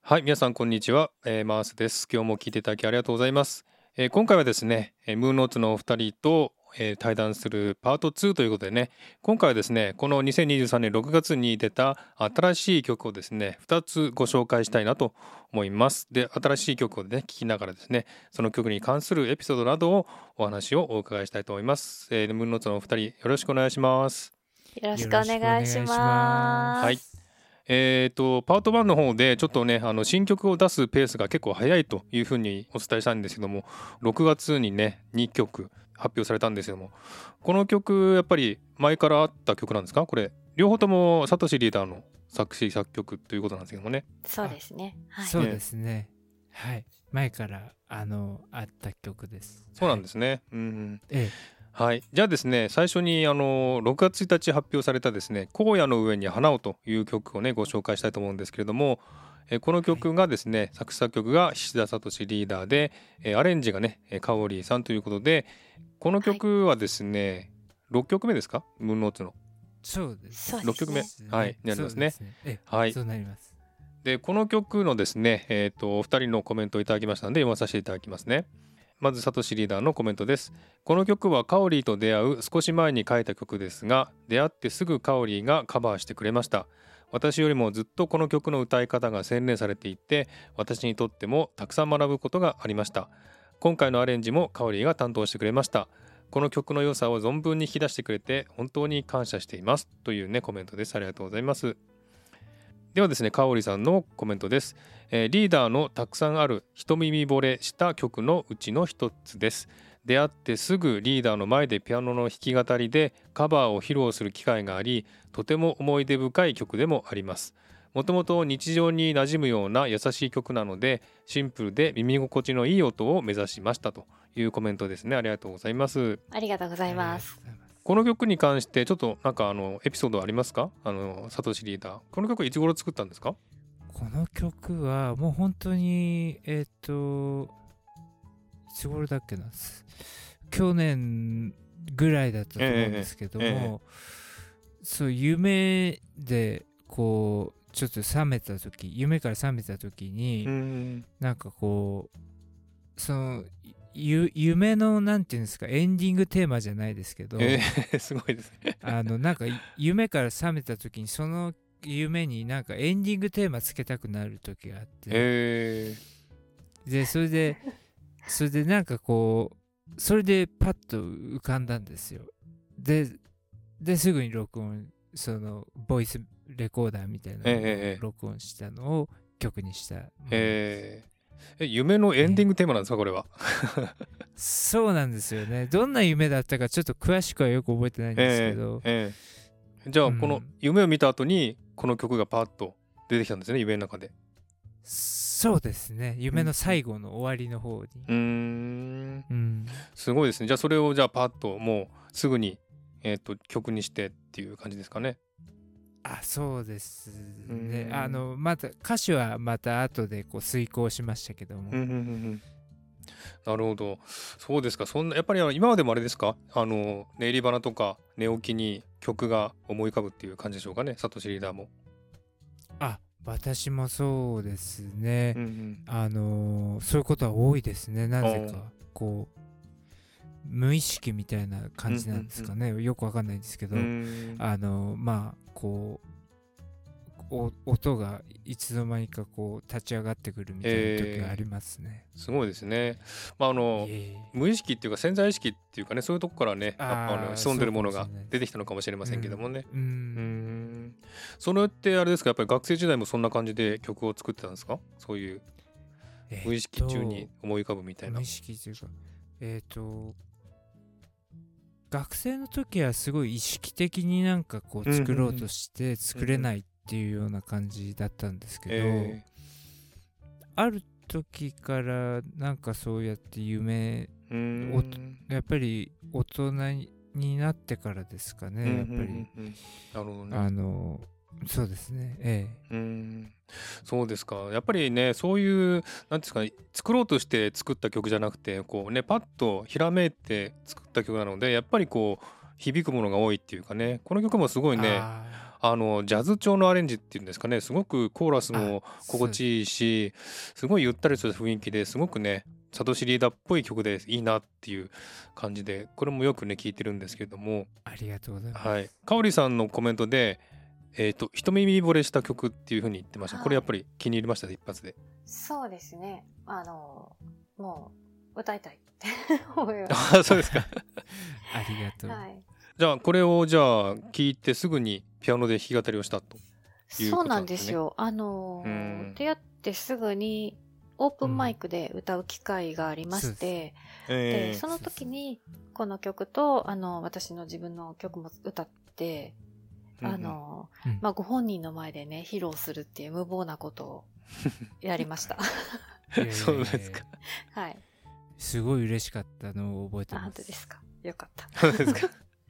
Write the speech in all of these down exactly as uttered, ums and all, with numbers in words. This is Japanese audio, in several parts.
はい、皆さんこんにちは、えー、マースです。今日も聞いていただきありがとうございます。えー今回はですね、えームーンノーツのお二人と、えー対談するパートツーということでね、今回はですね、このにせんにじゅうさんねんろくがつに出た新しい曲をですね、ふたつご紹介したいなと思います。で、新しい曲をね、聴きながらですね、その曲に関するエピソードなどをお話をお伺いしたいと思います。えームーンノーツのお二人、よろしくお願いします。 よろしくおよろしくお願いし願いしはい。 ます。 ます。 えーと、パートワンの方でちょっとね、あの新曲を出すペースが結構早いというふうにお伝えしたんですけども、ろくがつにね、にきょく発表されたんですけども、この曲、やっぱり前からあった曲なんですか？これ、両方ともサトシリーダーの作詞作曲ということなんですけどもね。 そうですね。はい。 そうですね。はい。前からあのあった曲です。 そうなんはい。 ですね。うん。 えはい。じゃあですね、最初にあのろくがつついたち発表されたですね、荒野の上に花をという曲をね、ご紹介したいと思うんですけれども、えーこのはい。 曲がですね、作詞作曲が菱田聡リーダーで、えーアレンジがね、えーカオリーさんということで、このはい。 曲はですね、ろっきょくめですか？ムーンノーツの。 そうでそう 6曲目。 ですね。 すはい、 ね。 になりますね。 そうですね。えはい。 そうなります。 で、この曲のですね、えっと、お二人のコメントをいただきましたので、読まさせていただきますね。まず、サトシリーダーのコメントです。この曲はカオリーと出会う少し前に書いた曲ですが、出会ってすぐカオリーがカバーしてくれました。私よりもずっとこの曲の歌い方が洗練されていて、私にとってもたくさん学ぶことがありました。今回のアレンジもカオリーが担当してくれました。この曲の良さを存分に引き出してくれて本当に感謝しています。というね、コメントです。ありがとうございます。ではですね、かおりさんのコメントです。えーリーダーのたくさんある一耳惚れした曲のうちの一つです。出会ってすぐリーダーの前でピアノの弾き語りでカバーを披露する機会があり、とても思い出深い曲でもあります。もともと日常に馴染むような優しい曲なので、シンプルで耳心地のいい音を目指しましたというコメントですね。ありがとうございます。 ありがとうござありがとういます。 ございます。 この曲に関してちょっとなんかあのエピソードありますか？あのサトシリーダー。この曲いつ頃作ったんですか？ この曲はもう本当にえっ、といつ頃だっけな。去年ぐらいだったと思うんでえすけどえええも、そう夢でこうちょっと覚めた時夢から覚めた時うーにん。 なんかこうそのゆ夢のなんていうんですかエンディングテーマじゃないですけえどえすごいですね。 あのなんか夢から覚めた時にその夢になんかエンディングテーマつけたくなる時があってえでそれでそれでなんかこうそれでパッと浮かんだんですよでですぐに録音そのボイスレコーダーみたいなええのでええ録音したのを曲にしたものです。 えええ、夢のエンディングテーマなんですか、これは。 そうなんですよね。どんな夢だったかちょっと詳しくはよく覚えてないんですけえど、 えええじゃあ、このうん、 夢を見た後に、この曲がパーッと出てきたんですね、夢の中で。 そうですね。夢のうんうん。 最後の終わりの方に。 うーん。 うん、 すごいですね。じゃあ、それをじゃあパッともうすぐに、えっと、曲にしてっていう感じですかね。 あ、そうですうーね。あん。 の、また歌詞はまた後でこう遂行しましたけども。 うんうんうんうん。なるほど。そうですか。そんな、やっぱりあの今までもあれですか？あの、寝入り花とか寝起きに曲が思い浮かぶっていう感じでしょうかね、サトシリーダーも。 あ、私もそうですね。 うんうん。 あのーそういうことは多いですね。なあーぜか。こう、無意識みたいなうん感じなんでうんすかね。よくわかんないんですけうん。うど、 ーん。 あのーまあ、こう、お音がいつの間にかこう立ち上がってくるみたいな時があえりますね。 ー、すごいですね。まあ、あの、 いえいえ。 無意識っていうか潜在意識っていうかね、そういうとこからね、やっぱあのああ、 潜んそうかもでるものがしれないです。 出てきたのかもしれませんけどうん。 もね。 ううーん。 ん。それってあれですか、やっぱり学生時代もそんな感じで曲を作ってたんですか？そういうえっ無意識中にと、 思い浮かぶみたいな。 無意識というか、えっと、学生の時はすごい意識的になんかこうんうんうう作ろうとん。 してうんうん。 作れないっていうような感じだったんですけど、 えある時からなんかそうやって夢ー、うーおん。 やっぱり大人にになってからですかうんうんねやっぱりうんうん。なるほどね。 あのそうですねえうーん。そうですか。やっぱりね、そういう、なんていうんですかね、作ろうとして作った曲じゃなくて、こうね、パッとひらめいて作った曲なので、やっぱりこう、響くものが多いっていうかね、この曲もすごいえね、 ああのジャズ調のアレンジっていうんですかね、すごくコーラスも心地いいし、すごいゆったりとした雰囲気ですごくねサトシリーダーっぽい曲でいいなっていう感じで、これもよくね聴いてるんですけども、 ありがとうございます。 はい、かおりさんのコメントでえーと一耳惚れした曲っていう風に言ってました。これやっぱり気に入りましたね、一発で。 そうですね。あのもう歌いたいって思いましあ、そうですか。 ありがとう。 た。はい。 じゃあこれをじゃあ聞いてすぐにピアノで弾き語りをしたというそうなことなんんですね。 ですよ。あのうーん出会ってすぐにオープンマイクで歌う機会がありまして、でえーその時にこの曲とあの私の自分の曲も歌って、 うんうんあのうんまあ、ご本人の前でね披露するっていう無謀なことをやりました。 えーそうですか。 はい。 すごい嬉しかったのを覚えてあ、 ます。 本当ですか。よかった。 そうですか。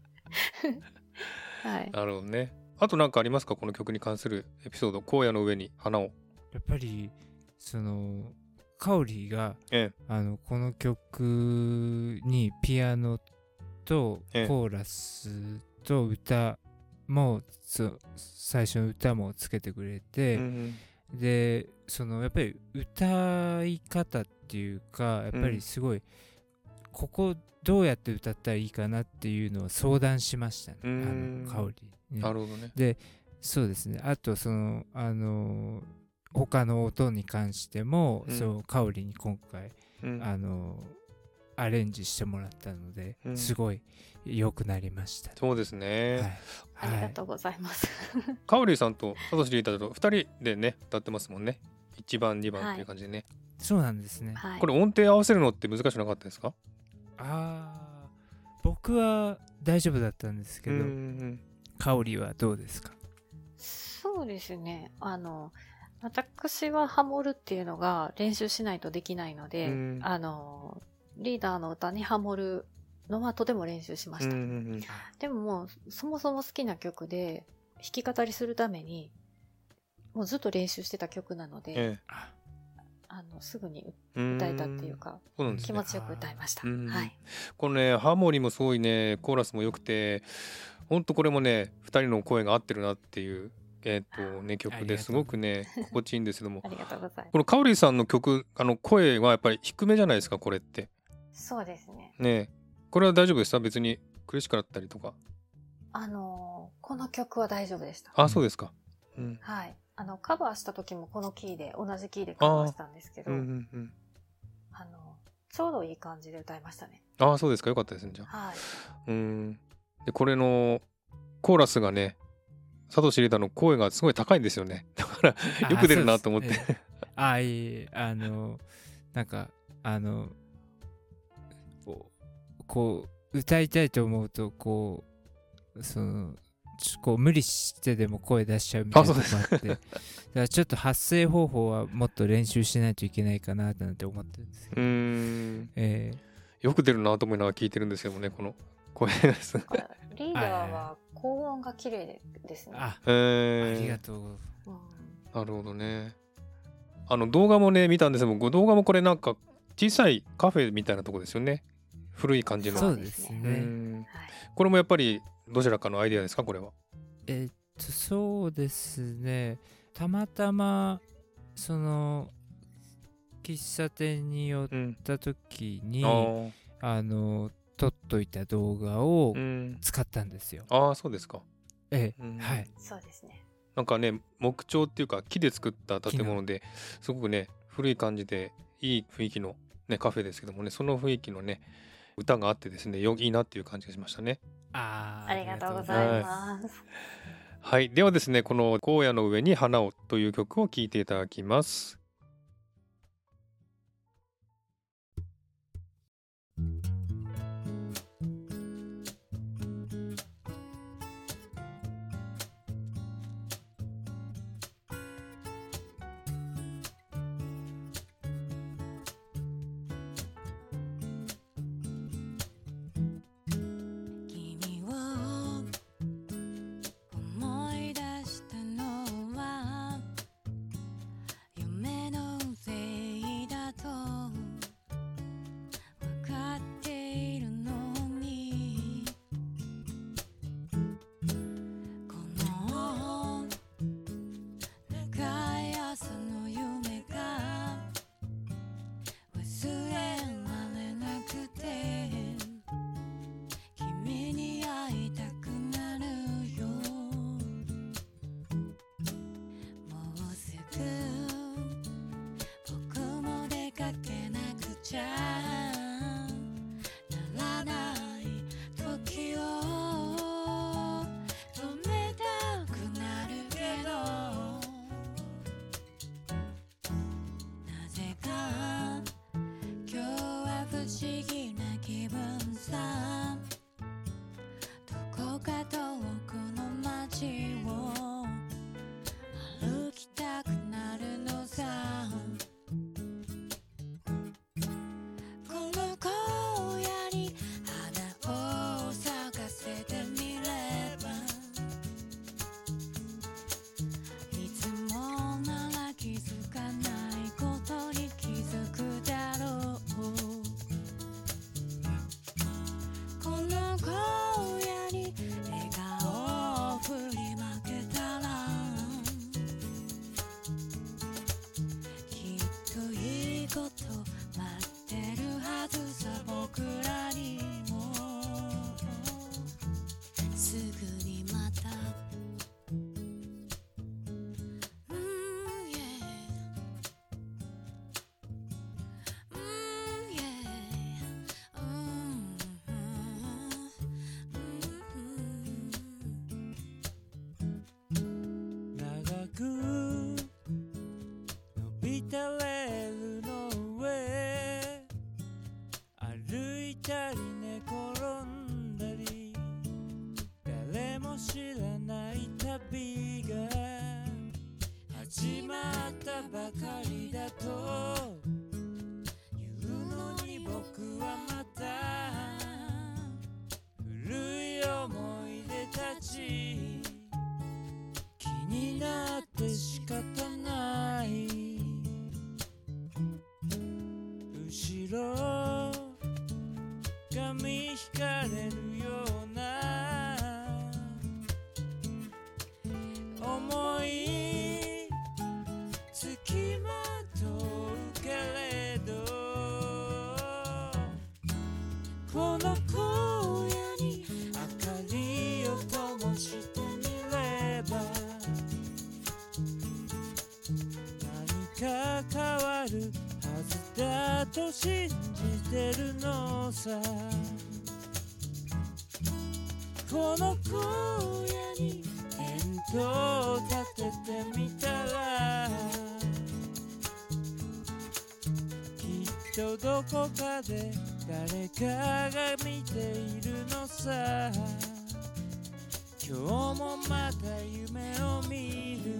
はい。 なるほどね。あと何かありますか、この曲に関するエピソード。荒野の上に花を。 やっぱりそのカオリがえあのこの曲にピアノとええコーラスと歌もつ最初の歌もつけてくれえ。 て、 うんでそのやっぱり歌い方っていうかやっぱりすごい、ここどうやって歌ったらいいかなっていうのを相談しましたね、 うーんあのカオリに、 なるほどね。 でそうですね、あとそのあの他の音に関しても、 うんそうカオリに今回うんあのアレンジしてもらったので、 うんすごい良くなりました、 そうですね。 ありがとうございます。 かおりさんとサトシリーダーとふたりでね歌ってますもんね。いちばんにばんっていう感じでね。 そうなんですね、 はい。 これ音程合わせるのって難しくなかったですか？ あー僕は大丈夫だったんですけど、 うんうんカオリはどうですか？ そうですね。あの、私はハモるっていうのが練習しないとできないので、 うんあの、リーダーの歌にハモるのはとても練習しました。 うんうんうんでももう、そもそも好きな曲で弾き語りするために、もうずっと練習してた曲なので、 えああの、すぐにえうん歌えたっていうか、 そうなんですね。 気持ちよく歌いました。 うんはい。 このねハーモニーもすごいね、コーラスも良くて、ほんとこれもねふたりの声が合ってるなっていうえっ、とね曲ありがとうですごくね心地いいんですけども、 ありがとうございまこのカオリさんの曲あの声はやっぱり低めじゃないですか、これってす。そうですね。 ね。これは大丈夫でした？別に苦しくなったりとか。 あの、この曲は大丈夫でした。 あ、そうですか。うんはい。あの、カバーした時もこのキーで、同じキーでカバーしたんですけど、 うんうんうん。 あの、ちょうどいい感じで歌いましたね。 ああ、そうですか。よかったですね、じゃあ。 はい。 うんでこれのコーラスがねサトシリーダーの声がすごい高いんですよね。だからあよく出るなと思って。 そうですええあいえいえあのなんかあのこうこう歌いたいと思うとこうそのちょこう無理してでも声出しちゃうみたいなとこもあってだからちょっと発声方法はもっと練習しないといけないかななんて思ってるんですけうど、 んえよく出るなと思いながら聞いてるんですけどもね、この声です。 これリーダーは高音が綺麗ですね。 ー、あえー、 ありがとううん、 なるほどね。あの動画もね見たんですけど、動画もこれなんか小さいカフェみたいなとこですよね。古い感じの。 そうですねうんはい。 これもやっぱりどちらかのアイデアですか、これは。 えっとそうですね、たまたまその喫茶店に寄っうん。 た時に、 あーあの撮っといた動画をうん。 使ったんですよ。 あーそうですか。 ええ、 うんはい。 そうですね。 なんかね木彫っていうか木で作った建物ですごくね古い感じでいい雰囲気の、ね、カフェですけどもね、その雰囲気のね歌があってですね、よいいなっていう感じがしましたね。 あーありがとうございます。 はい、ではですね、この荒野の上に花をという曲を聴いていただきます。 君を思い出したのは夢たレールの上歩いたり寝転んだり誰も知らない旅が始まったばかりだと言うのに僕はまた古い思い出たち気になって仕方ない後ろ髪引かれるような思いつきまとうけれどこの荒野に明かりを灯してみれば何か変わるはずだと信じてるのさこの荒野にテントを立ててみたらきっとどこかで誰かが見ているのさ今日もまた夢を見る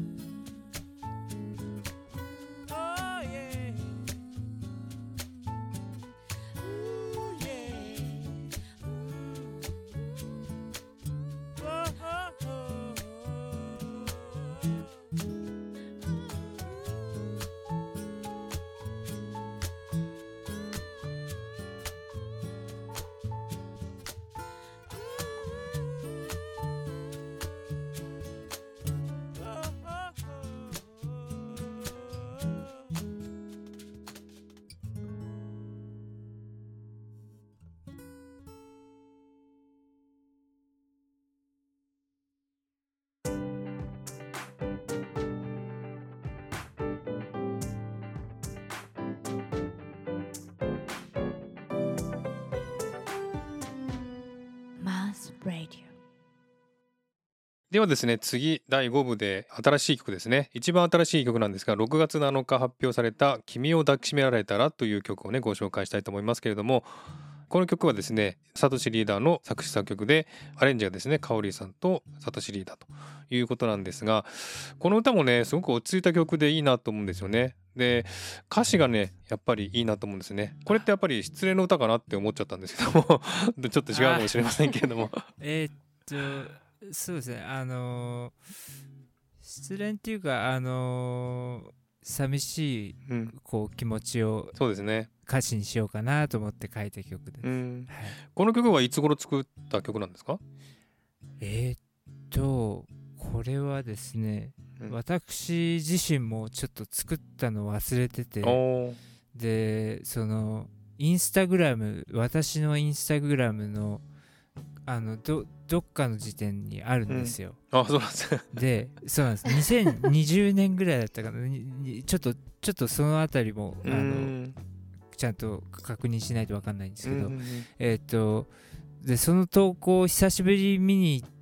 ではですね、次だいご部で新しい曲ですね。一番新しい曲なんですが、ろくがつなのか発表された君を抱きしめられたらという曲をねご紹介したいと思いますけれども、この曲はですねサトシリーダーの作詞作曲で、アレンジはですねカオリーさんとサトシリーダーということなんですが、この歌もねすごく落ち着いた曲でいいなと思うんですよね。で歌詞がねやっぱりいいなと思うんですね。これってやっぱり失恋の歌かなって思っちゃったんですけどもちょっと違うかもしれませんけれどもえーっとそうですねあのー、失恋っていうかあのー、寂しいこう気持ちをそうですね歌詞にしようかなと思って書いた曲です。うん、 はい、この曲はいつ頃作った曲なんですか？ えー、っとこれはですね、うん、私自身もちょっと作ったの忘れてて、でそのインスタグラム私のインスタグラムのあの ど, どっかの時点にあるんですよ。 うん、あ、そうなんですで、そうなんです。にせんにじゅうねんぐらいだったかな。ちょっとちょっとそのあたりもあのちゃんと確認しないと分かんないんですけど、うんうんうん、えっ、ー、とでその投稿を久しぶりに見に行って、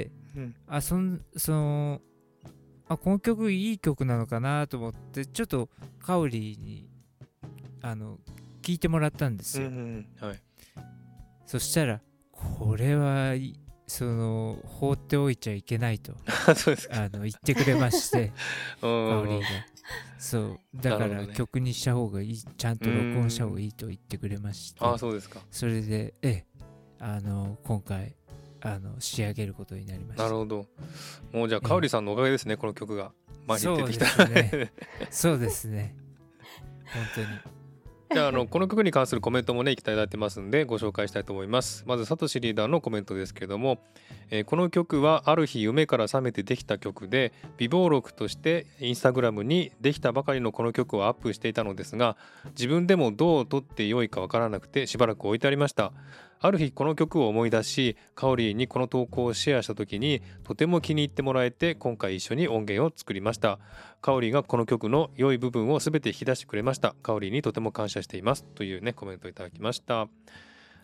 うん、あそのそのあこの曲いい曲なのかなと思ってちょっとカオリーにあの聞いてもらったんですよ。うんうんはい、そしたらこれはその放っておいちゃいけないとそうですかあの言ってくれましてカオリーがそうだから曲にした方がいい、ね、ちゃんと録音した方がいいと言ってくれまして、 あそうですか。 それでえあの今回あの仕上げることになりました。 なるほど。もうじゃあカオリさんのおかげですね、この曲が前に出てきたそうですねそうですね本当に。 じゃあ、あのこの曲に関するコメントもねいただいてますんでご紹介したいと思います。まずサトシリーダーのコメントですけれども、えー、この曲はある日夢から覚めてできた曲で、備忘録としてインスタグラムにできたばかりのこの曲をアップしていたのですが、自分でもどう撮ってよいかわからなくてしばらく置いてありました。ある日この曲を思い出し、カオリーにこの投稿をシェアした時にとても気に入ってもらえて、今回一緒に音源を作りました。カオリーがこの曲の良い部分を全て引き出してくれました。カオリーにとても感謝していますというねコメントをいただきました。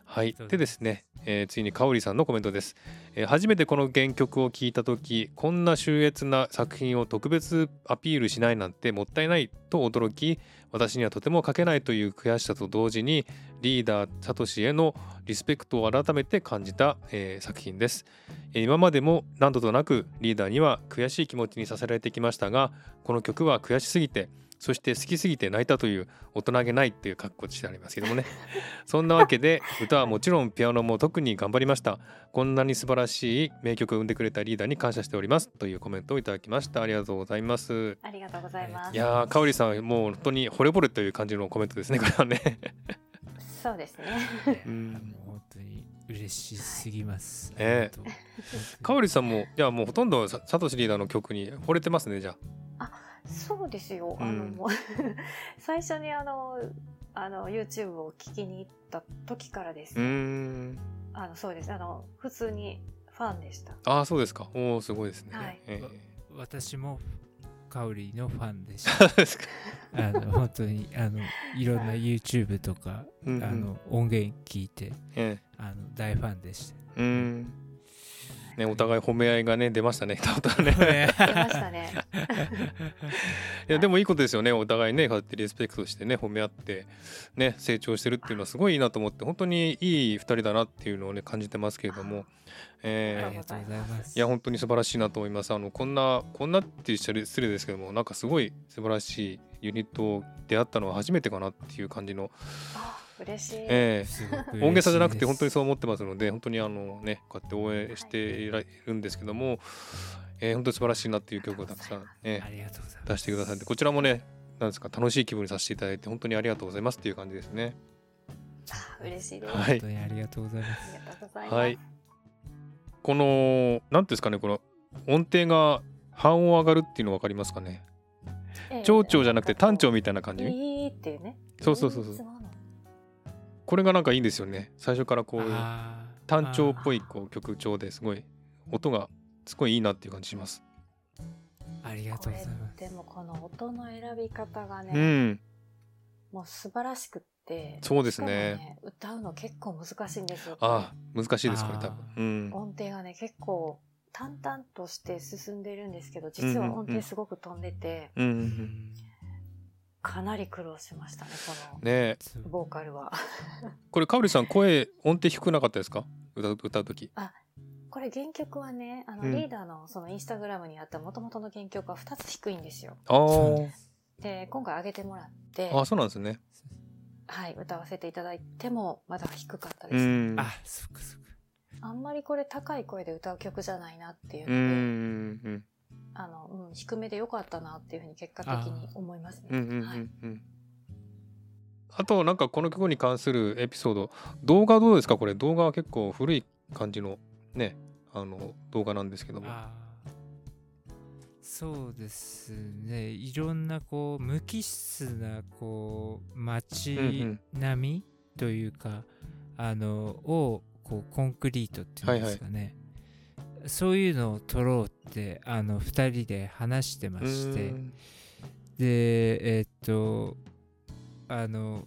はいそうですでですね、えー、次にかおりさんのコメントです、えー初めてこの原曲を聴いた時こんな秀逸な作品を特別アピールしないなんてもったいないと驚き私にはとても書けないという悔しさと同時にリーダーサトシへのリスペクトを改めて感じた、えー作品です、えー今までも何度となくリーダーには悔しい気持ちにさせられてきましたがこの曲は悔しすぎてそして好きすぎて泣いたという大人げないっていう格好してありますけどもねそんなわけで歌はもちろんピアノも特に頑張りましたこんなに素晴らしい名曲を生んでくれたリーダーに感謝しておりますというコメントをいただきましたありがとうございますありがとうございます。 いやーかおりさんもう本当に惚れ惚れという感じのコメントですねこれはねそうですね。 うんもう本当に嬉しすぎます。 ええありがとうかおりさんもいやもうほとんどさサトシリーダーの曲に惚れてますねじゃそうですよ。 うんあの、もう最初にあの、あの、YouTube を聞きに行った時からですあうーね。 んあの、そうです。あの、普通にファンでした。 ああそうですかおおすごいですね、 はいえ私もカオリのファンでしえた。 そうですかあの本当にあのいろんな YouTube とか、 うんうんあの音源聞いてえあの大ファンでした。 えうんねお互い褒め合いがね出ましたねたとね出ましたね。 いやでもいいことですよねお互いねこうやってリスペクトしてね褒め合ってね成長してるっていうのはすごいいいなと思って本当にいいふたりだなっていうのをね感じてますけれども、えーありがとうございます。 いや本当に素晴らしいなと思いますあのこんなこんなって言っちゃ失礼ですけどもなんかすごい素晴らしいユニットを出会ったのは初めてかなっていう感じの、 あ、嬉しい。 えーすごく嬉しいです大げさじゃなくて本当にそう思ってますので本当にあのねこうやって応援していられるんですけども、えー本当に素晴らしいなっていう曲をたくさん、ねあ、りがとうございます。 出してくださってこちらもねなんですか楽しい気分にさせていただいて本当にありがとうございますっていう感じですね。 あ、嬉しいです。 はい本当にありがとうございまあす。 りがとうございます。 はいこのなんていうんですかねこの音程が半音上がるっていうの分かりますかねええ長調じゃなくて単調みたいな感じいいっていうね。 そうそうそうそういつものこれがなんかいいんですよね最初からこうあー単調っぽいあーこう曲調ですごい音がすごいいいなっていう感じします。 ありがとこれうございます。 でもこの音の選び方がね、 うんもう素晴らしくってそうですねしかもね歌うの結構難しいんですよ。 ああ難しいですこれあー多分うん音程がね結構淡々として進んでるんですけど実は音程すごく飛んでて、 うんううんんかなり苦労しましたねこのねえそうボーカルは。 これかおりさん声音程低くなかったですか歌う歌う時これ原曲はねあのうんリーダーのそのインスタグラムにあった元々の原曲はふたつ低いんですよ。 あそうーで今回上げてもらってあそうなんですねはい、歌わせていただいてもまだ低かったうです。 んあ、そっかそっか。 あんまりこれ高い声で歌う曲じゃないなっていううんうので、 んあの、うん、低めで良かったなっていうふうに結果的に思いますね。 うんうんうんはい。 うんあとなんかこの曲に関するエピソード動画どうですかこれ動画は結構古い感じのねあの動画なんですけどもあーそうですね。いろんなこう無機質なこう街並みというか、あのをこうコンクリートっていうんですかね。そういうのを撮ろうってあのふたりで話してまして、 うんでえーっとあの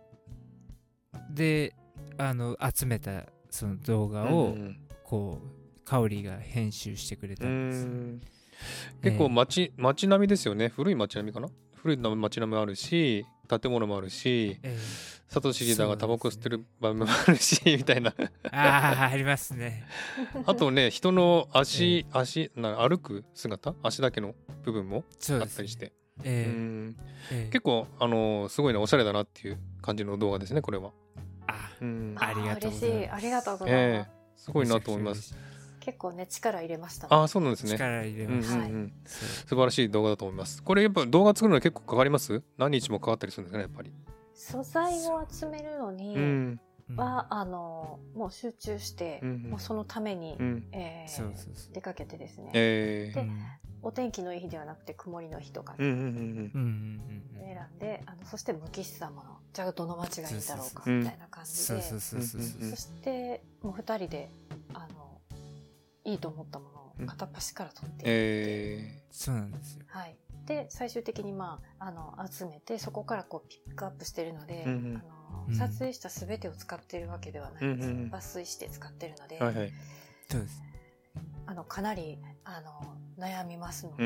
であの集めたその動画をうんこうカオリが編集してくれたうんです。 ん結構街街並みですよね古い街並みかな古い街並みもあるし建物もあるしえサトシリーダーがタバコ吸ってる場面もあるしみたいなえああありますね。 あとね人の足足な歩く姿足だけの部分もそうですねあったりしてうえんえええ結構あのすごいねおしゃれだなっていう感じの動画ですねこれはあうんありがとうございます嬉しい。ありがとうございます。 ええすごいなと思いますめちゃくちゃ結構ね、力入れましたね。 ああそうなんです嬉しいね力入れうんうんました。 うんそう素晴らしい動画だと思いますこれやっぱ動画作るのに結構かかります何日もかかったりするんですかねやっぱり素材を集めるのにうんうんは、あの、もう集中して、 うんうんもうそのために、 うんえーそうそうそう出かけてですね、 えーでお天気のいい日ではなくて曇りの日とかうんうんうんうんうんうん選んで、あのそして無機質なもの、じゃあどの街がいいだろうかそうそうそうみたいな感じで、 そうそうそうそうそううんそしてもう二人であのいいと思ったものを片っ端から取っていって、 えそうなんですよ。 はい、 で最終的に、まあ、あの集めてそこからこうピックアップしてるので、 うんうん、 あの撮影した全てを使ってるわけではないんです、うんうん、抜粋して使ってるので、 はいはい、 そうです。 あのかなりあの悩みますので、 うん、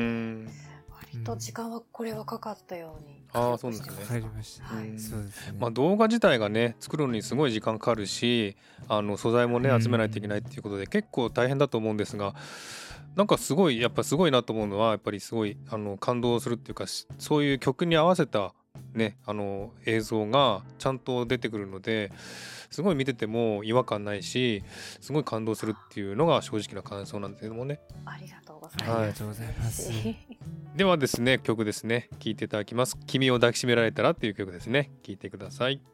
割と時間はこれはかかったように、 うん、ああそうですね、 かかりました、はい、そうですね。 まあ、動画自体がね作るのにすごい時間かかるし、あの素材もね集めないといけないっていうことで結構大変だと思うんですが、なんかすごいやっぱすごいなと思うのはやっぱりすごいあの感動するっていうか、そういう曲に合わせたねあの映像がちゃんと出てくるのですごい見てても違和感ないしすごい感動するっていうのが正直な感想なんですけどもね。 ありがとうございます、 はい、ありがとうございます。 ではですね曲ですね聴いていただきます。君を抱きしめられたらっていう曲ですね。聴いてください。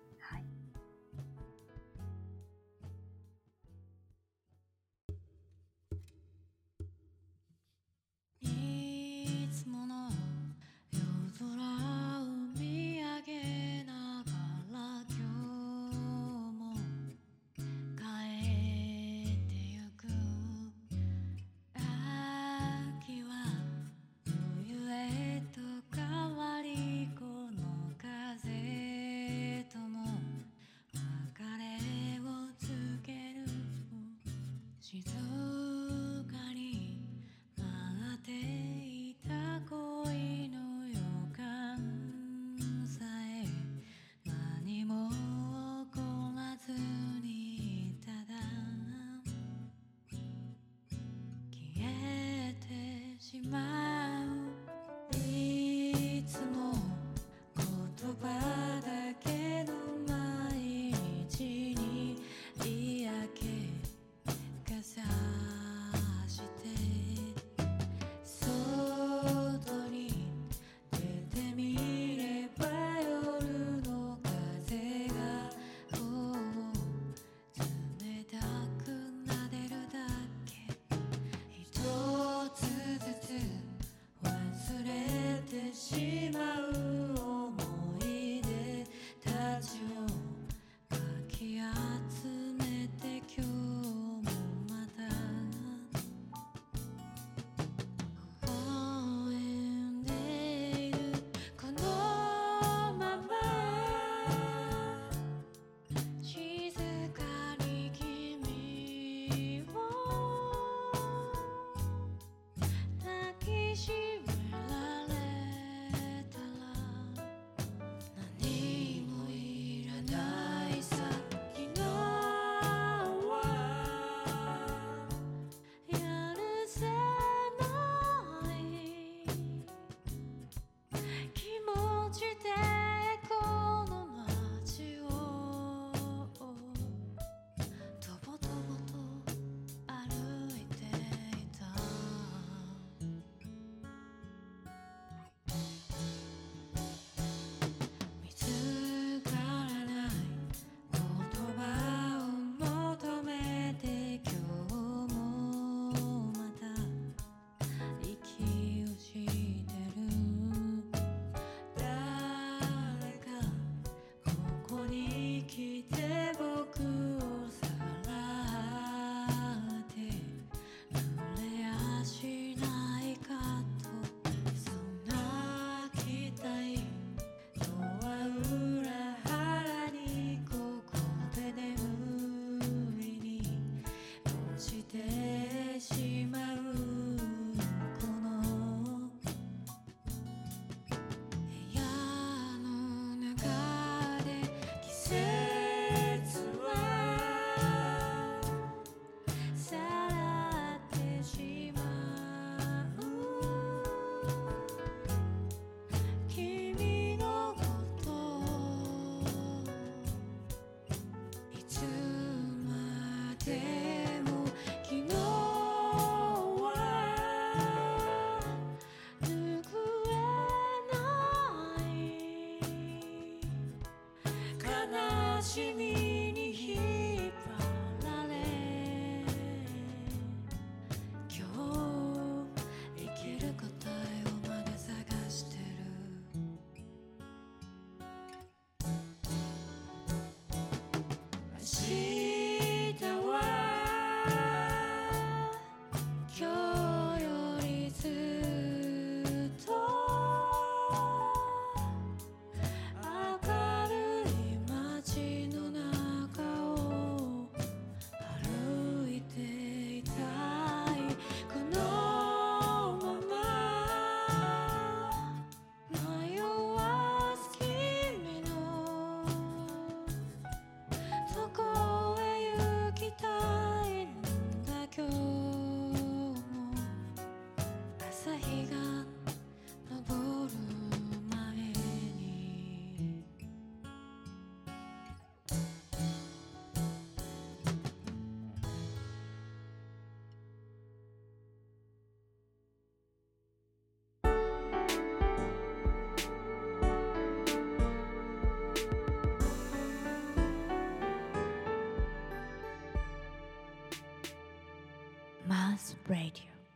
今日よりずっと Trans Radio。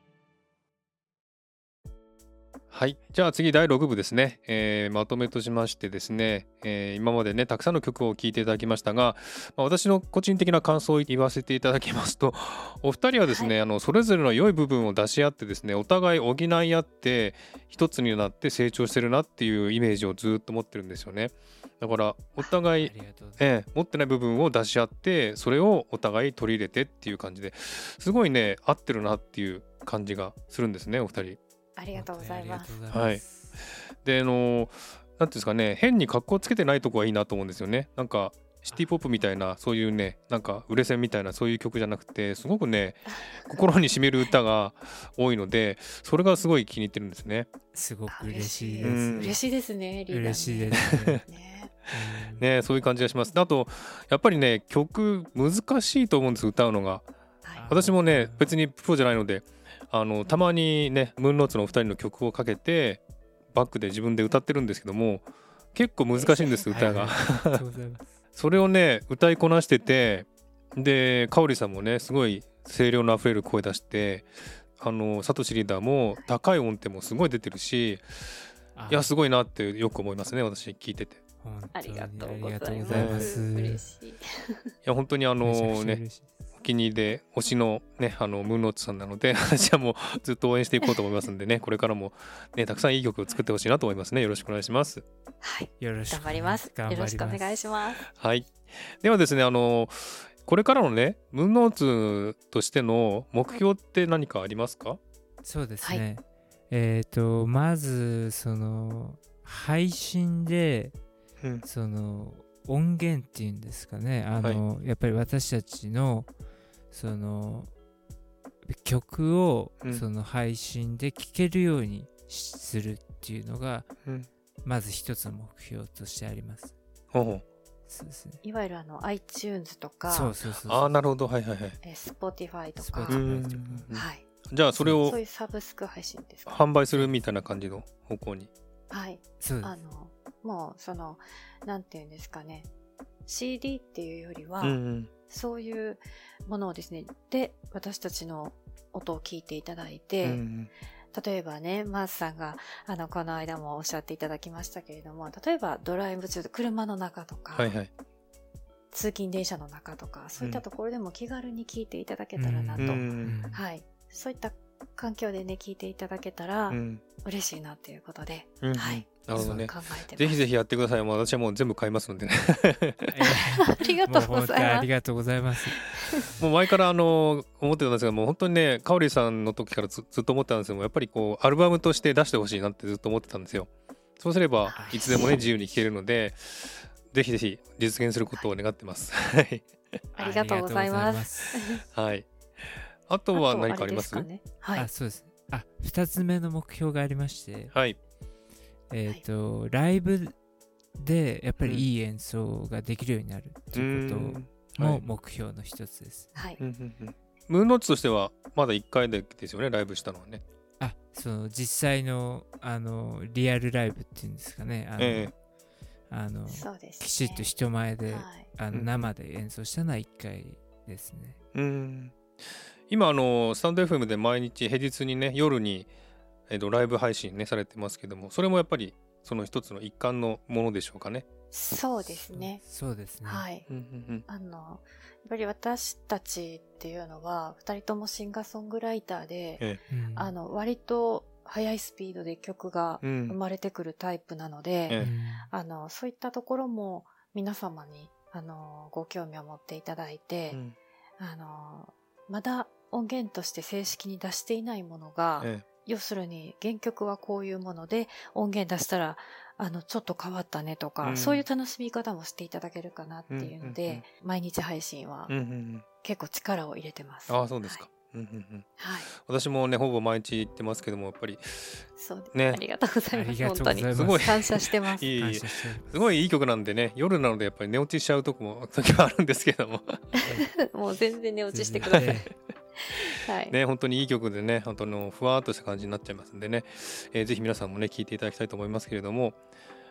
はい、じゃあ次だいろく部ですね、えーまとめとしましてですね、えー今までねたくさんの曲を聴いていただきましたが、まあ私の個人的な感想を言わせていただきますと、お二人はですね、あのそれぞれの良い部分を出し合ってですね、お互い補い合って一つになって成長してるなっていうイメージをずっと持ってるんですよね。だからお互いありがとうございます。 ええ、持ってない部分を出し合ってそれをお互い取り入れてっていう感じですごいね合ってるなっていう感じがするんですね、お二人。 ありがとうございます。 はいであのなんていうんですかね、変に格好つけてないとこはいいなと思うんですよね。なんかシティポップみたいなそういうね、なんか売れ線みたいなそういう曲じゃなくて、すごくね心に染みる歌が多いので、それがすごい気に入ってるんですね。 すごく嬉しいあです。 うん嬉しいですね、リーダーね。 嬉しいですね。 ね。 うんね、そういう感じがします。あとやっぱりね曲難しいと思うんです、歌うのが。 はい。 私もね別にプロじゃないので、あのたまにねムーンノーツのお二人の曲をかけてバックで自分で歌ってるんですけども、結構難しいんです歌が。 はいはいありがとうございます。 それをね歌いこなしてて、でかおりさんもねすごい声量のあふれる声出して、あのサトシリーダーも高い音程もすごい出てるし、 あいやすごいなってよく思いますね、私聞いてて。いあ本当にりがとうありがとございうございま。 ますす。嬉しい。 や本当にあめちゃくちゃのね嬉しいですお気に入りで推しのねあのムーンノーツさんなので私はもうずっと応援していこうと思いますんでね、これからもねたくさんいい曲を作ってほしいなと思いますね。よろしくお願いします。 はい。 よろしく頑張ります。 頑張りますよろしくお願いします。 はい。ではですね、あのこれからのねムーンノーツとしての目標って何かありますか？ そうですね。えっ、とまずその配信でうんその音源っていうんですかね、あの、やっぱり私たちのその曲をうんその配信で聴けるようにするっていうのがうんまず一つの目標としてあります。 ほうほう。 そうですね。 いわゆるあの iTunes とか、 そうそうそうそう。 ああなるほど、はいはいはい。 えー Spotify とか、 Spotify うんとかはい。 じゃあそれをそういうサブスク配信ですか、 販売するみたいな感じの方向に。 はい。 そうですあの、もうその、なんていうんですかね、シーディー っていうよりは、 うんうんそういうものをですね、で、私たちの音を聞いていただいて、 うん例えばね、マースさんが、あの、この間もおっしゃっていただきましたけれども、例えばドライブ中で車の中とか、 はいはい。 通勤電車の中とか、そういったところでも気軽に聞いていただけたらなと、 うんうんはい。そういった環境でね、聞いていただけたらうん嬉しいなっていうことで、 うんはい。 なるほどね。 考えてます。 ぜひぜひやってください。もう私はもう全部買いますのでね。 ありがとうごもう本当にざいます。 ありがとうございます。 もう前からあの思ってたんですが、もう本当にねかおりさんの時からずずっと思ってたんですけども、やっぱりこうアルバムとして出してほしいなってずっと思ってたんですよ。そうすればいつでもね自由に聴けるので、ぜひぜひ実現することを願ってます。はいありがとうございます。 はい。あとは何かあります？ とれですかね、はいあ、。そうです。あ、二つ目の目標がありまして、 はい。 えっ、と、ライブでやっぱりいい演奏ができるようになるっていうこともはい目標の一つです。 はい。 うんうんうんムーンノーツとしてはまだいっかいですよね、ライブしたのはね。 あ、その実際のあのリアルライブっていうんですかね。あの、 ええあのそうです、ね。 きちっと人前で、 はい。 あのうん生で演奏したのはいっかいですね。 うん今あのスタンド エフエムで毎日平日にね夜に、えっと、ライブ配信ねされてますけども、それもやっぱりその一つの一環のものでしょうかね。 そうですね。 そうですね。 はい。 うんうんあの、やっぱり私たちっていうのは、二人ともシンガーソングライターで、 えうんあの、割と速いスピードで曲がうん生まれてくるタイプなので、 ええうんあの、そういったところも皆様に、あの、ご興味を持っていただいて、 うんあの、まだ音源として正式に出していないものが、 え要するに原曲はこういうもので音源出したらあのちょっと変わったねとか、 うんそういう楽しみ方もしていただけるかなっていうので、 うんうんうん毎日配信はえうんうんうん結構力を入れてます。 ああそうですか。 はい。 うんうんうんはい私もねほぼ毎日行ってますけども、やっぱりそうですねありがとうございます。 ありがとう本当にございます。 すごい感謝してます。 いいいい感謝しておりますすごいいい曲なんでね、夜なのでやっぱり寝落ちしちゃうとこも時はあるんですけどももう全然寝落ちしてください。 えはい。 ね、本当にいい曲でね、本当のふわーっとした感じになっちゃいますんでね、えーぜひ皆さんもね聴いていただきたいと思いますけれども、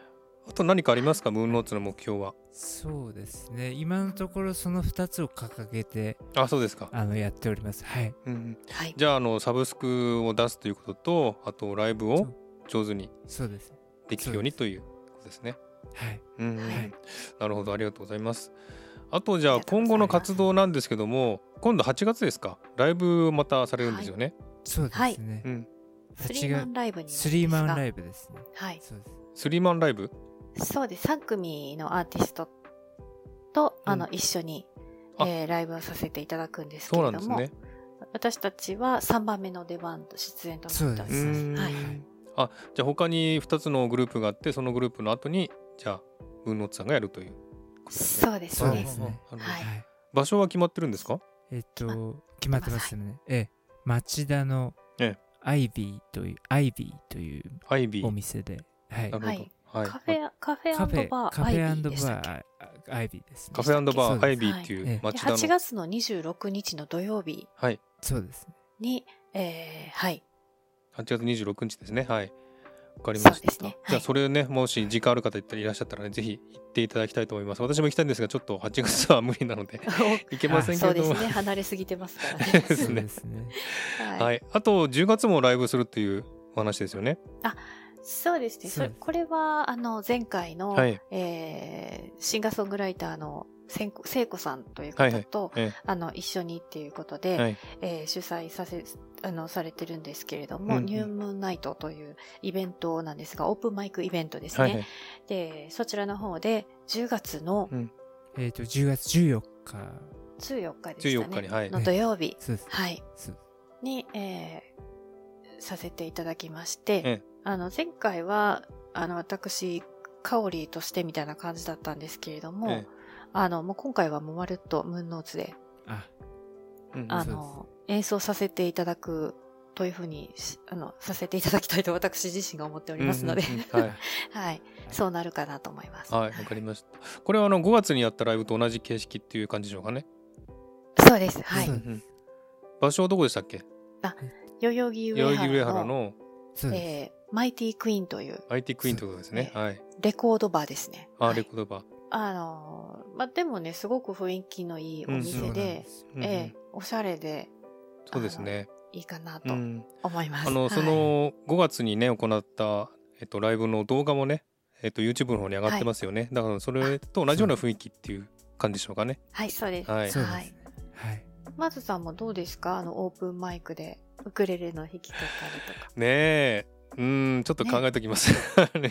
あと何かありますか、ムーンノーツの目標は。 そうですね。今のところそのふたつを掲げてあ、そうですか。 あのやっております。はい。 うん、 はい。 じゃあ、あのサブスクを出すということと、あとライブを上手にそうです。 できるようにということですね。 はい。 うんうん、 はいなるほど、ありがとうございます。あとじゃあありがとうございます今後の活動なんですけども、今度はちがつですか、ライブをまたされるんですよね。 そうですね。 うん、 スリーマンライブになるんですが。 スリーマンライブですね。 はい。 そうです。 スリーマンライブ。 そうです。さんくみのアーティストと、 うんあの、一緒に、 あえーライブをさせていただくんですけそうれども、 なんですね。 私たちはさんばんめの出番と出演となっておりまうす。 ーん、 はい。 あ、じゃあ他にふたつのグループがあって、そのグループの後にじゃあムーンノーツさんがやるということですね。 そうですねそうで。すね。 なるほどはいはい。 場所は決まってるんですか。 えっと、決まってますよね。ええ。町田のええアイビーという、アイビーというアイビー。 お店で、はい。 なるほど。 はいはい。 カフェ、カフカフェ、 ェバー、 カフェアイビーでしたっけ。 バー、アイビーですね。 カフェバそうですーアイビーっていはいう町田ではちの。 がつのにじゅうろくにちの土曜日はい。 そうですね。 に、えーはい。 はちがつにじゅうろくにちですね。はい。わかりました。 そうですねはいじゃあそれね、もし時間ある方いらっしゃったらね、ぜひ行っていただきたいと思います。私も行きたいんですが、ちょっとはちがつは無理なので行けませんけれども。 そうですね。離れすぎてますからね。 ですそうねですね。 はい。 はい。あとじゅうがつもライブするっていうお話ですよね。 そうですね。それそうですこれは、あの、前回の、 はいえーシンガーソングライターの聖子聖子さんという方と、 えあの、一緒にっていうことで、 えはい。 えー主催させ、あの、されてるんですけれども、 うんうんニュームーンナイトというイベントなんですが、オープンマイクイベントですね。 はいはい。 で、そちらの方で、じゅうがつのうんえっと、じゅうがつじゅうよっか。 じゅうよっかで 14 したね。 日に、はい。 の土曜日、 そうです。 はい、 そうに、えーさせていただきまして、 ええあの、前回は、あの、私、カオリーとしてみたいな感じだったんですけれども、 ええあの、もう今回はもうまるっとムーンノーツで、 あ、 うんうんあそうの、演奏させていただくというふうにし、あの、させていただきたいと私自身が思っておりますので、 うんうんうんはい。 はい、そうなるかなと思います。 はい、わかりました。これはあのごがつにやったライブと同じ形式っていう感じでしょうかね。 そうです。はいそう。 うんうん場所はどこでしたっけ？ 代々木上代々木上原の、 原のそうです。 えーマイティクイーンというアイティー クイーンということですね。 そうはい。 レコードバーですね。 あ、 はいレコードバー。 あのーまあ、でもね、すごく雰囲気のいいおうん店そうなんで、 ですようんうんええおしゃれでそうですね。 いいかなとうん。 思います。 あの、 はいそのごがつにね行ったえっとライブの動画もね、えっと YouTube の方に上がってますよね。だからそれと同じような雰囲気っていう感じでしょうかね。 はい、そうです。 はいそうですねはい。。 はい。 まずさんもどうですか、あの、オープンマイクでウクレレの弾き語りとか。 ねえ。うーん、ちょっと考えときます。ね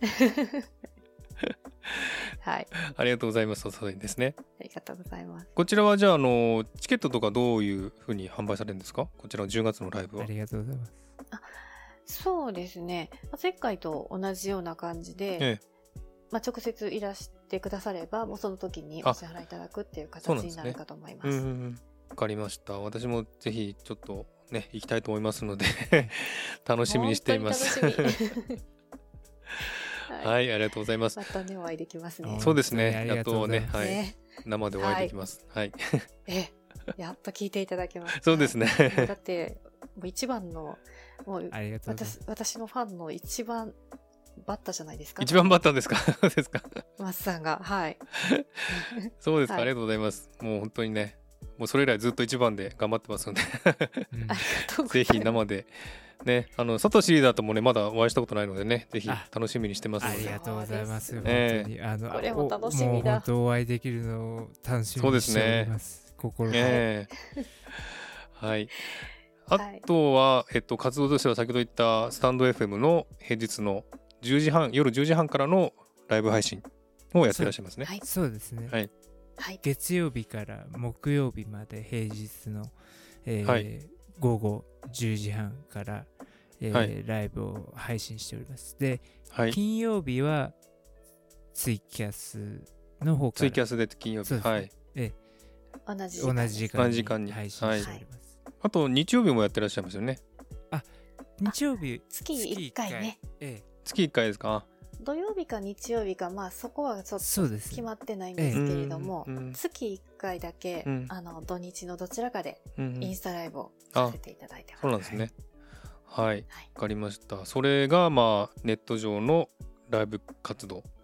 はい。 ありがとうございます。お誘いですね。 ありがとうございます。 こちらはじゃあ、あの、チケットとかどういうふうに販売されるんですか？こちらのじゅうがつのライブは。 ありがとうございます。 そうですね。まあ前回と同じような感じで、 ええ。 まあ、直接いらしてくだされば、もうその時にお支払いいただくっていうそうなんですね形になるかと思います。 うんうんうん。わかりました。私もぜひちょっとね、行きたいと思いますので楽しみにしています。 本当に楽しみはい。 はい、ありがとうございます。 またね、お会いできますね。 そうですね本当にありがとうございますやっとねはいね生でお会いできます。はい。 ええ、やっと聞いていただけます。 そうですね。 はいだって、もう一番の、もう、 ありがとうございます。 私、私のファンの一番バッタじゃないですか。 一番バッターですか？そうですか。 松さんが、はい。 そうですか、 はいありがとうございます。もう本当にね、もうそれ以来ずっと一番で頑張ってますのでうんありがとうござぜいます。 ひ生でね、あのサトシリーダーともねまだお会いしたことないのでね、ぜひあ楽しみにしてますあので。 りがとうございます。本ええ当に。あの、 これも楽しみだおもう本当お会いできるのを楽しみにしております。心から。 ええはい。あはいとは、えっと、活動としては先ほど言ったスタンド エフエム の平日のじゅうじはん、夜じゅうじはんからのライブ配信をやってらっしゃいますね。 はい。 そうですね。 はいはい。 月曜日から木曜日まで平日の、えーはい午後じゅうじはんから、えーはいライブを配信しております。で、 はい。 金曜日はツイキャスの方からツイキャスで金曜日。 そうですねはい。 え同じ時同間じ時間同じ時間にに配信しております。 あと日曜日もやってらっしゃいますよね。 日曜日月いっかいね。 ええ月いっかいですか？ 土曜日か日曜日か、まあそこはちょっとそうです決まってないんですけれども、 うんうん月いっかいだけ、 うんあの、土日のどちらかでうんうんインスタライブをさせていただいてます。 そうなんですね。はい。 はいわかりました。それがまあネット上のライブ活動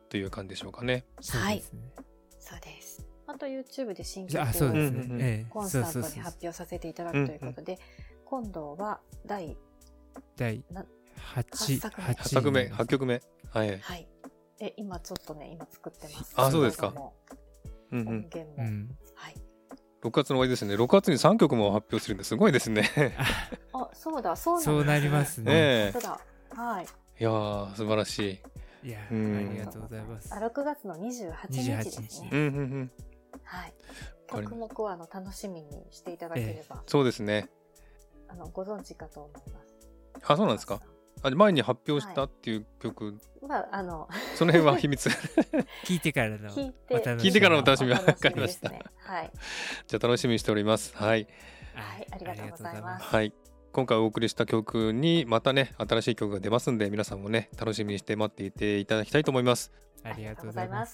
という感じでしょうかね。 そうですね。 そうです。あと YouTube で新曲をあ、そうですね。 うんうんうんええ、 コンスタントに発表させていただくということで、今度は第第なはちはっさくめはっさくめ、はっきょくめ。はい。 はい。え、今ちょっとね、今作ってます。 あ、そうですか。 音源も。 うん、 はい。 ろくがつの終わりですね。ろくがつにさんきょくも発表するんですごいですね。 あ、そうだ、そうなんですね。 そうなりますね。 ええ、 そうだ。はい。 いやー素晴らしい。 いや、あうんりがとうございます。 あ、ろくがつのにじゅうはちにちですね。 うんうんうん。 はい。曲目はあの楽しみにしていただければ、 そうですね。 あのご存知かと思います。 あ、そうなんですか。あ、前に発表したっていう曲、 まああのその辺は秘密。 聞いてからの聞いてお楽しみ。 聞いてからのお楽しみはお楽わかりましたですね。はい。 じゃあ楽しみにしております。はい。 はい、ありがとうございます。 はい。今回お送りした曲にまたね新しい曲が出ますんで、皆さんもね楽しみにして待っていていただきたいと思います。 ありがとうございます。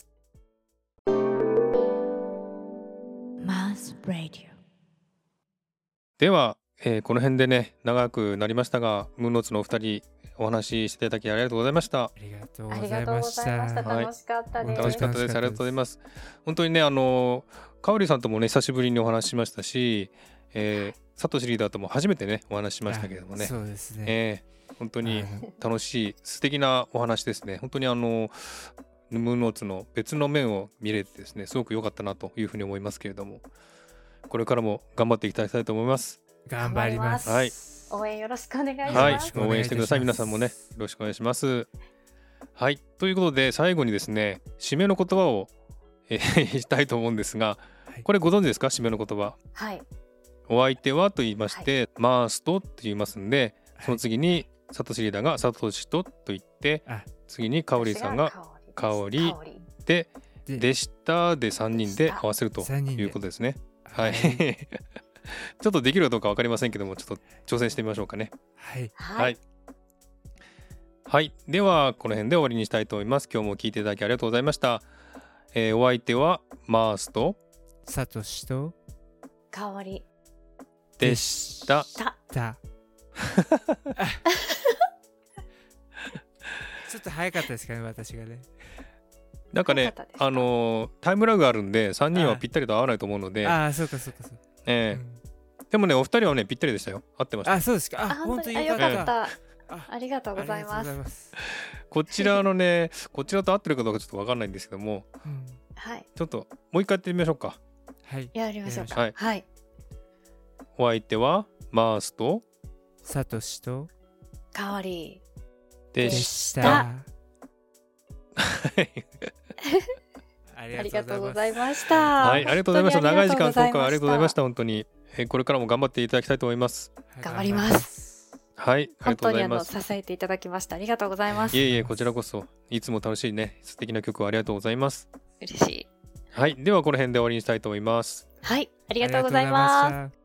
マスラディオ。 では、えーこの辺でね長くなりましたが、ムーンノーツのお二人お話ししていただきありがとうございました。 ありがとうあございりがとうごました。 ざいました。 はい楽しかったです。 楽しかったです。 楽しかったですありがとうございます。本当にねあのかおりさんともね久しぶりにお話ししましたし、えー、サトシリーダーとも初めてねお話ししましたけれどもね。 そうですね。 えー、本当にあの楽しい素敵なお話ですね。本当にあのムーンノーツの別の面を見れてですねすごく良かったなというふうに思いますけれども、これからも頑張っていただきたいと思います。 頑張ります。 はい。 応援よろしくお願いします。 はい、 よろしくお願いいたします応援してください。皆さんもねよろしくお願いします。はい、ということで最後にですね締めの言葉を、えー、したいと思うんですが、 はい、 これご存知ですか？締めの言葉。 はい。 お相手はと言いまして、はい、マーストと言いますんで、その次にサトシリーダーがサトシトと言って、はい、次にカオリさんがカオリででしたでさんにんで合わせるということですね。はい。ちょっとできるかどうか分かりませんけども、ちょっと挑戦してみましょうかね。 はい。 はい。はい。では、この辺で終わりにしたいと思います。今日も聞いていただきありがとうございました。えー、お相手はマースとサトシとかおりでした。 た。ちょっと早かったですかね、私がね。 なんかね、あのー、タイムラグがあるんでさんにんはぴったりと合わないと思うので、 ああ、そうかそうかそうか。 えーうん、でもねお二人はねぴったりでしたよ。合ってました。 あ、そうですか。あ、本当によかった。 ありがとうございます。 こちらのねこちらと合ってるかどうかちょっと分かんないんですけども、 うん、はい。 ちょっともう一回やってみましょうか。 はい。 やりましょうか。はい。はい、 お相手はマースとサトシとかおりでした。 ありがとうございました。 はい、ありがとうございました。長い時間今回はありがとうございました。本当に、えー、これからも頑張っていただきたいと思います。 頑張ります。 はい、 本当にあの支えていただきましたありがとうございます。 いえいえ、こちらこそいつも楽しいね素敵な曲をありがとうございます。 嬉しい。 はい、ではこの辺で終わりにしたいと思います。 はい、ありがとうございます。